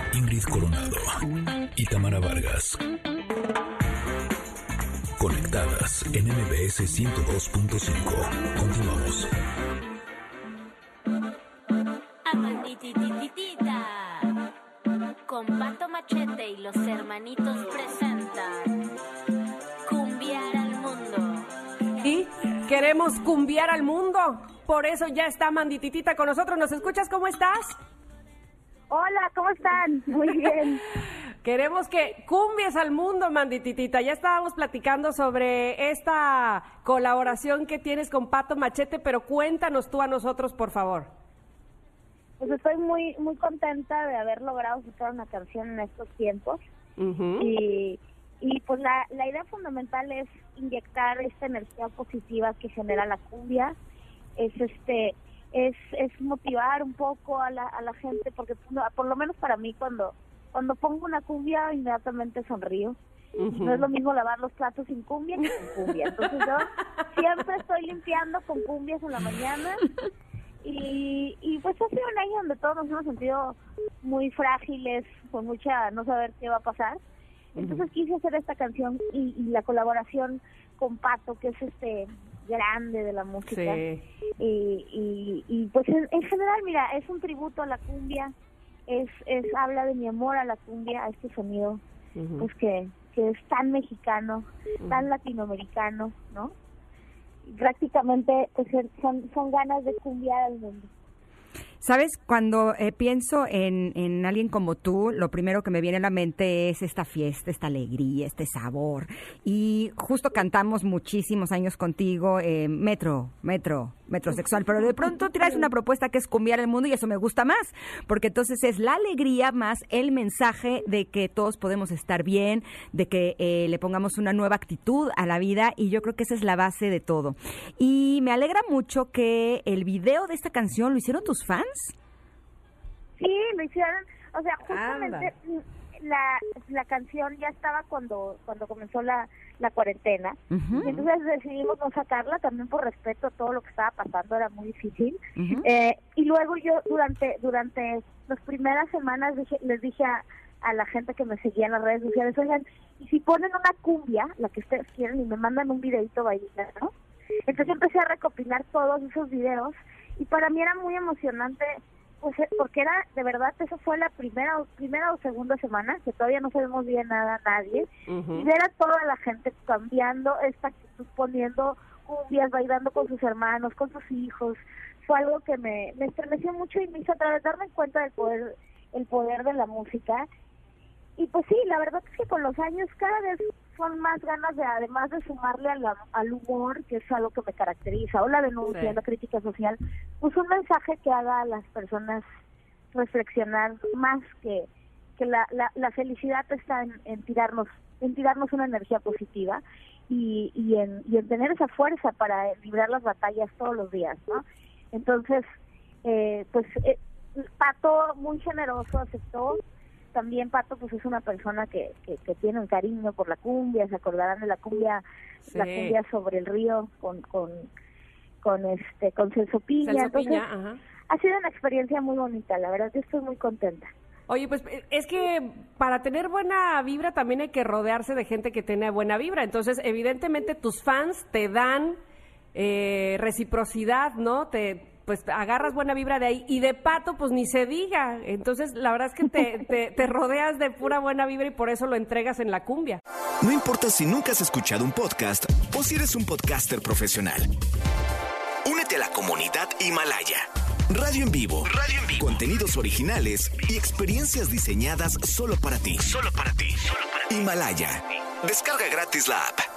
Ingrid Coronado y Tamara Vargas. Conectadas en MBS 102.5. Continuamos. Amanditititita. Con Pato Machete y los hermanitos presentan Cumbiar al Mundo. Y queremos cumbiar al mundo. Por eso ya está Mandititita con nosotros. ¿Nos escuchas? ¿Cómo estás? Hola, ¿cómo están? Muy bien. Queremos que cumbies al mundo, Mandititita. Ya estábamos platicando sobre esta colaboración que tienes con Pato Machete, pero cuéntanos tú a nosotros, por favor. Pues estoy muy contenta de haber logrado sacar una canción en estos tiempos. Uh-huh. Y pues la idea fundamental es inyectar esta energía positiva que genera la cumbia. Es motivar un poco a la gente, porque por lo menos para mí cuando pongo una cumbia inmediatamente sonrío. Uh-huh. No es lo mismo lavar los platos sin cumbia que sin cumbia. Entonces yo siempre estoy limpiando con cumbias en la mañana. Y pues ha sido un año donde todos nos hemos sentido muy frágiles, con mucha no saber qué va a pasar. Entonces quise hacer esta canción y la colaboración con Pato, que es grande de la música. Sí. Y pues en general, mira, es un tributo a la cumbia, habla de mi amor a la cumbia, a este sonido, uh-huh, pues que es tan mexicano, uh-huh, tan latinoamericano, ¿no? Y prácticamente pues son ganas de cumbiar al mundo. ¿Sabes? Cuando pienso en alguien como tú, lo primero que me viene a la mente es esta fiesta, esta alegría, este sabor. Y justo cantamos muchísimos años contigo, Metrosexual, pero de pronto traes una propuesta que es cumbiar el mundo y eso me gusta más, porque entonces es la alegría más el mensaje de que todos podemos estar bien, de que le pongamos una nueva actitud a la vida, y yo creo que esa es la base de todo. Y me alegra mucho que el video de esta canción lo hicieron tus fans. Sí, lo hicieron, o sea, justamente la canción ya estaba cuando comenzó la cuarentena, uh-huh, y entonces decidimos no sacarla, también por respeto a todo lo que estaba pasando, era muy difícil, uh-huh, y luego yo durante las primeras semanas les dije a la gente que me seguía en las redes sociales, oigan, y si ponen una cumbia, la que ustedes quieren, y me mandan un videito bailando, ¿no? Entonces empecé a recopilar todos esos videos, y para mí era muy emocionante, pues porque era, de verdad, eso fue la primera o segunda semana, que todavía no sabemos bien nada a nadie, uh-huh, y ver a toda la gente cambiando esta actitud, poniendo cumbias, bailando con sus hermanos, con sus hijos, fue algo que me estremeció mucho y me hizo darme cuenta del poder de la música. Y pues sí, la verdad es que con los años cada vez son más ganas de, además de sumarle al humor, que es algo que me caracteriza, o la denuncia, sí, la crítica social, pues un mensaje que haga a las personas reflexionar más que la felicidad está en tirarnos una energía positiva y en tener esa fuerza para librar las batallas todos los días, ¿no? Entonces, Pato muy generoso aceptó. También Pato pues es una persona que tiene un cariño por la cumbia, se acordarán de la cumbia, sí, la cumbia sobre el río con Celso Piña. Entonces, ajá, ha sido una experiencia muy bonita, la verdad yo estoy muy contenta. Oye, pues es que para tener buena vibra también hay que rodearse de gente que tiene buena vibra, entonces evidentemente tus fans te dan reciprocidad, ¿no? Pues agarras buena vibra de ahí, y de Pato pues ni se diga, entonces la verdad es que te rodeas de pura buena vibra y por eso lo entregas en la cumbia. No importa si nunca has escuchado un podcast o si eres un podcaster profesional. Únete a la comunidad Himalaya. Radio en vivo. Contenidos originales y experiencias diseñadas solo para ti. Himalaya. Descarga gratis la app.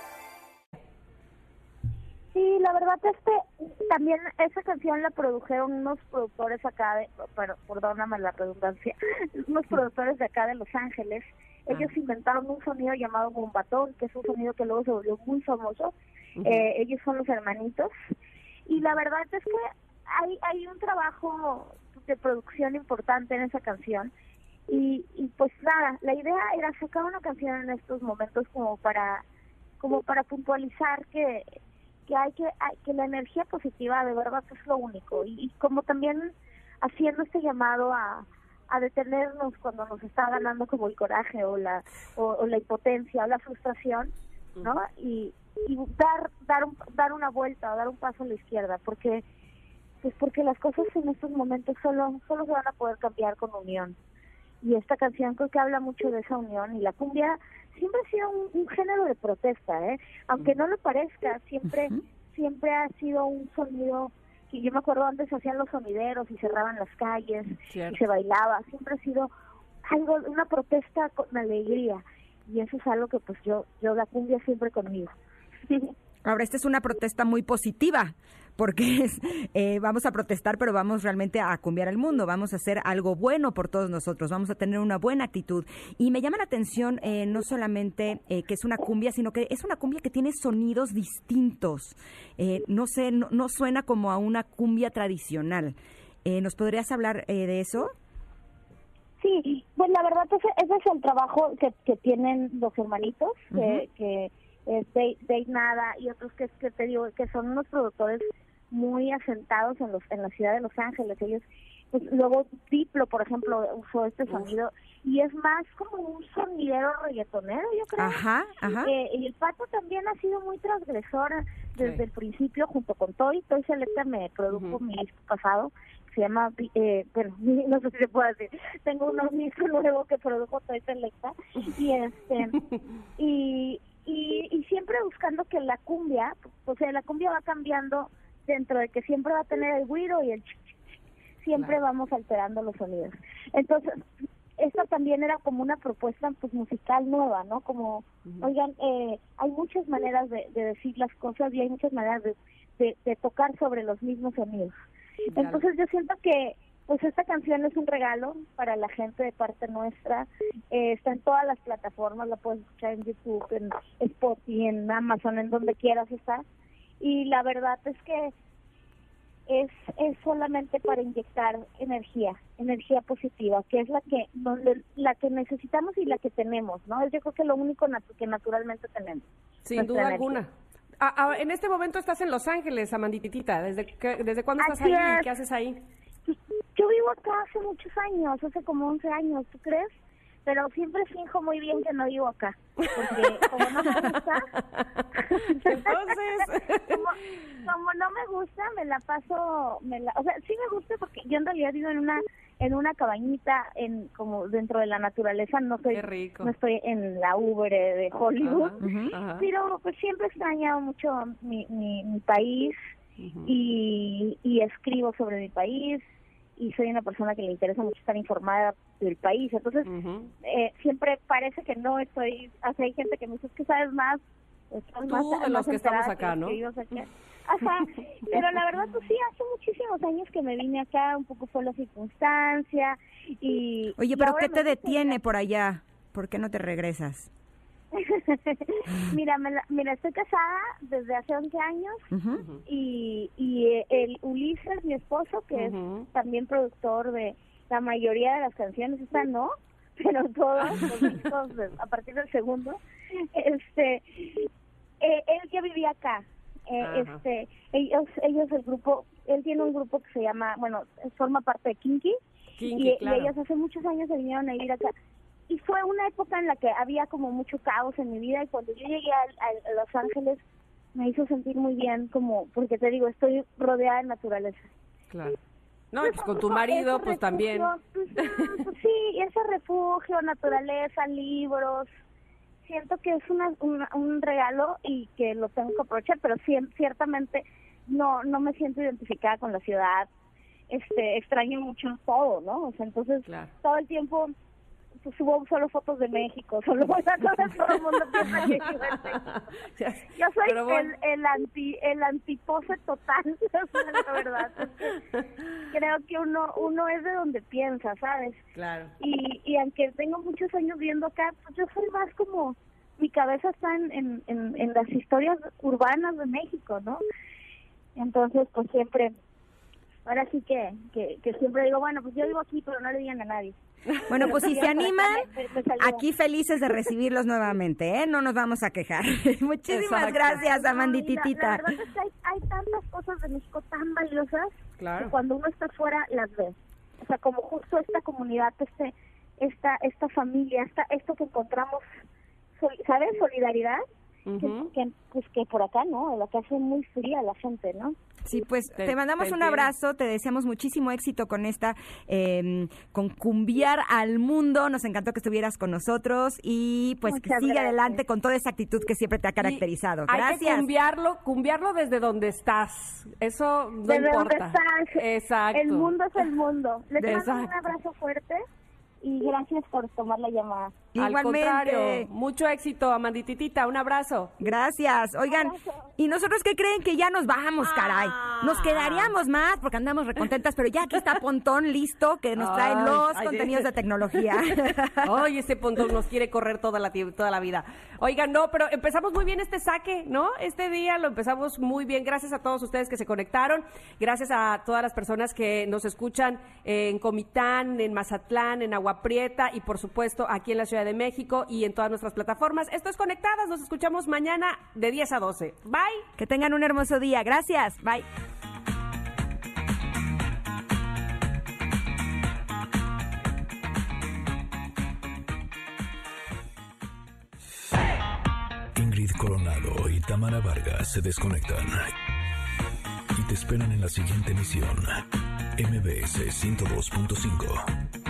Sí, la verdad también esa canción la produjeron unos productores acá perdóname la redundancia, unos productores de acá de Los Ángeles. Ellos inventaron un sonido llamado bombatón, que es un sonido que luego se volvió muy famoso. Uh-huh. Ellos son los hermanitos. Y la verdad es que hay un trabajo de producción importante en esa canción. Y pues nada, la idea era sacar una canción en estos momentos como para puntualizar que la energía positiva de verdad es lo único, y como también haciendo este llamado a a detenernos cuando nos está ganando como el coraje o la impotencia o la frustración, ¿no? Y dar una vuelta o dar un paso a la izquierda, porque las cosas en estos momentos solo se van a poder cambiar con unión. Y esta canción creo que habla mucho de esa unión, y la cumbia siempre ha sido un género de protesta, aunque no lo parezca, siempre ha sido un sonido que yo me acuerdo antes hacían los sonideros y cerraban las calles. Cierto. Y se bailaba, siempre ha sido una protesta con alegría, y eso es algo que pues yo la cumbia siempre conmigo. Ahora, esta es una protesta muy positiva, porque vamos a protestar, pero vamos realmente a cumbiar el mundo, vamos a hacer algo bueno por todos nosotros, vamos a tener una buena actitud. Y me llama la atención no solamente que es una cumbia, sino que es una cumbia que tiene sonidos distintos. No sé, no suena como a una cumbia tradicional. ¿Nos podrías hablar de eso? Sí, pues la verdad ese es el trabajo que tienen los hermanitos, que Dave Nada y otros que te digo que son unos productores muy asentados en la ciudad de Los Ángeles. Ellos, pues, luego Diplo, por ejemplo, usó este sonido, y es más como un sonidero reggaetonero, yo creo. Ajá. Y el Pato también ha sido muy transgresor desde el principio, junto con Toy Selecta me produjo mi disco pasado, se llama, bueno, no sé si se puede decir, tengo unos discos nuevos que produjo Toy Selecta, y siempre buscando que la cumbia, o sea, la cumbia va cambiando dentro de que siempre va a tener el güiro y el siempre vamos alterando los sonidos. Entonces, esta también era como una propuesta pues musical nueva, ¿no? Como, oigan, hay muchas maneras de decir las cosas, y hay muchas maneras de tocar sobre los mismos sonidos. Entonces yo siento que pues esta canción es un regalo para la gente de parte nuestra. Está en todas las plataformas, la puedes escuchar en YouTube, en Spotify, en Amazon, en donde quieras está. Y la verdad es que es solamente para inyectar energía positiva, que es la que necesitamos y la que tenemos, ¿no? Yo creo que lo único que naturalmente tenemos. Sin duda alguna. En este momento estás en Los Ángeles, Amandititita. ¿Desde cuándo estás ahí y qué haces ahí? Yo vivo acá hace muchos años, hace como 11 años, ¿tú crees? Pero siempre finjo muy bien que no vivo acá, porque como no me gusta, entonces, como no me gusta, me la paso, o sea, sí me gusta porque yo en realidad vivo en una cabañita, como dentro de la naturaleza, no estoy en la ubre de Hollywood, pero pues siempre he extrañado mucho mi país, y escribo sobre mi país, y soy una persona que le interesa mucho estar informada del país. Entonces, siempre parece que no estoy... hay gente que me dice que sabes más. Tú de los que estamos acá, ¿no? Ajá, pero la verdad, pues sí, hace muchísimos años que me vine acá, un poco fue la circunstancia. Oye, ¿pero qué te detiene por allá? ¿Por qué no te regresas? Mira, estoy casada desde hace 11 años y el Ulises, mi esposo, que es también productor de la mayoría de las canciones, esta no, pero todos los discos a partir del segundo, él ya vivía acá. Ellos el grupo, él tiene un grupo que se llama, bueno, forma parte de Kinky, y ellos hace muchos años se vinieron a vivir acá. Y fue una época en la que había como mucho caos en mi vida, y cuando yo llegué a Los Ángeles me hizo sentir muy bien, como porque te digo, estoy rodeada de naturaleza. Claro. No, y pues con tu marido, pues también. Sí, ese refugio, naturaleza, libros. Siento que es un regalo y que lo tengo que aprovechar, pero ciertamente no me siento identificada con la ciudad. Extraño mucho todo, ¿no? O sea, entonces todo el tiempo pues subo solo fotos de México, solo todo el mundo piensa que vivo en México. Yo soy el antipose total, la verdad. Creo que uno es de donde piensa, ¿sabes? Claro. Y aunque tengo muchos años viviendo acá, pues yo soy más como, mi cabeza está en las historias urbanas de México, ¿no? Entonces, pues siempre, ahora sí que siempre digo, bueno, pues yo vivo aquí, pero no le digan a nadie. Bueno, pues si se animan, aquí felices de recibirlos nuevamente, ¿eh? No nos vamos a quejar. Muchísimas gracias, Amandititita. La verdad es que hay tantas cosas de México tan valiosas que cuando uno está fuera las ve. O sea, como justo esta comunidad, esta familia, esto que encontramos, ¿sabes? Solidaridad, que por acá, ¿no? Lo que hace muy fría la gente, ¿no? Sí, pues te mandamos un abrazo, te deseamos muchísimo éxito con con Cumbiar al Mundo. Nos encantó que estuvieras con nosotros y pues que siga adelante con toda esa actitud que siempre te ha caracterizado. Gracias. Hay que cumbiarlo desde donde estás. Eso no desde importa. Donde estás. Exacto. El mundo es el mundo. Les mando un abrazo fuerte y gracias por tomar la llamada. Al contrario, mucho éxito, Amandititita, un abrazo. Gracias. Oigan, ¿y nosotros qué creen? Que ya nos vamos, caray. Nos quedaríamos más porque andamos recontentas, pero ya aquí está Pontón listo que nos trae los contenidos de tecnología. Ay, ese Pontón nos quiere correr toda la vida. Oigan, no, pero empezamos muy bien este saque, ¿no? Este día lo empezamos muy bien. Gracias a todos ustedes que se conectaron. Gracias a todas las personas que nos escuchan en Comitán, en Mazatlán, en Agua Prieta y por supuesto aquí en la Ciudad de México y en todas nuestras plataformas. Esto es Conectadas, nos escuchamos mañana de 10 a 12. Bye. Que tengan un hermoso día. Gracias. Bye. Ingrid Coronado y Tamara Vargas se desconectan y te esperan en la siguiente emisión. MBS 102.5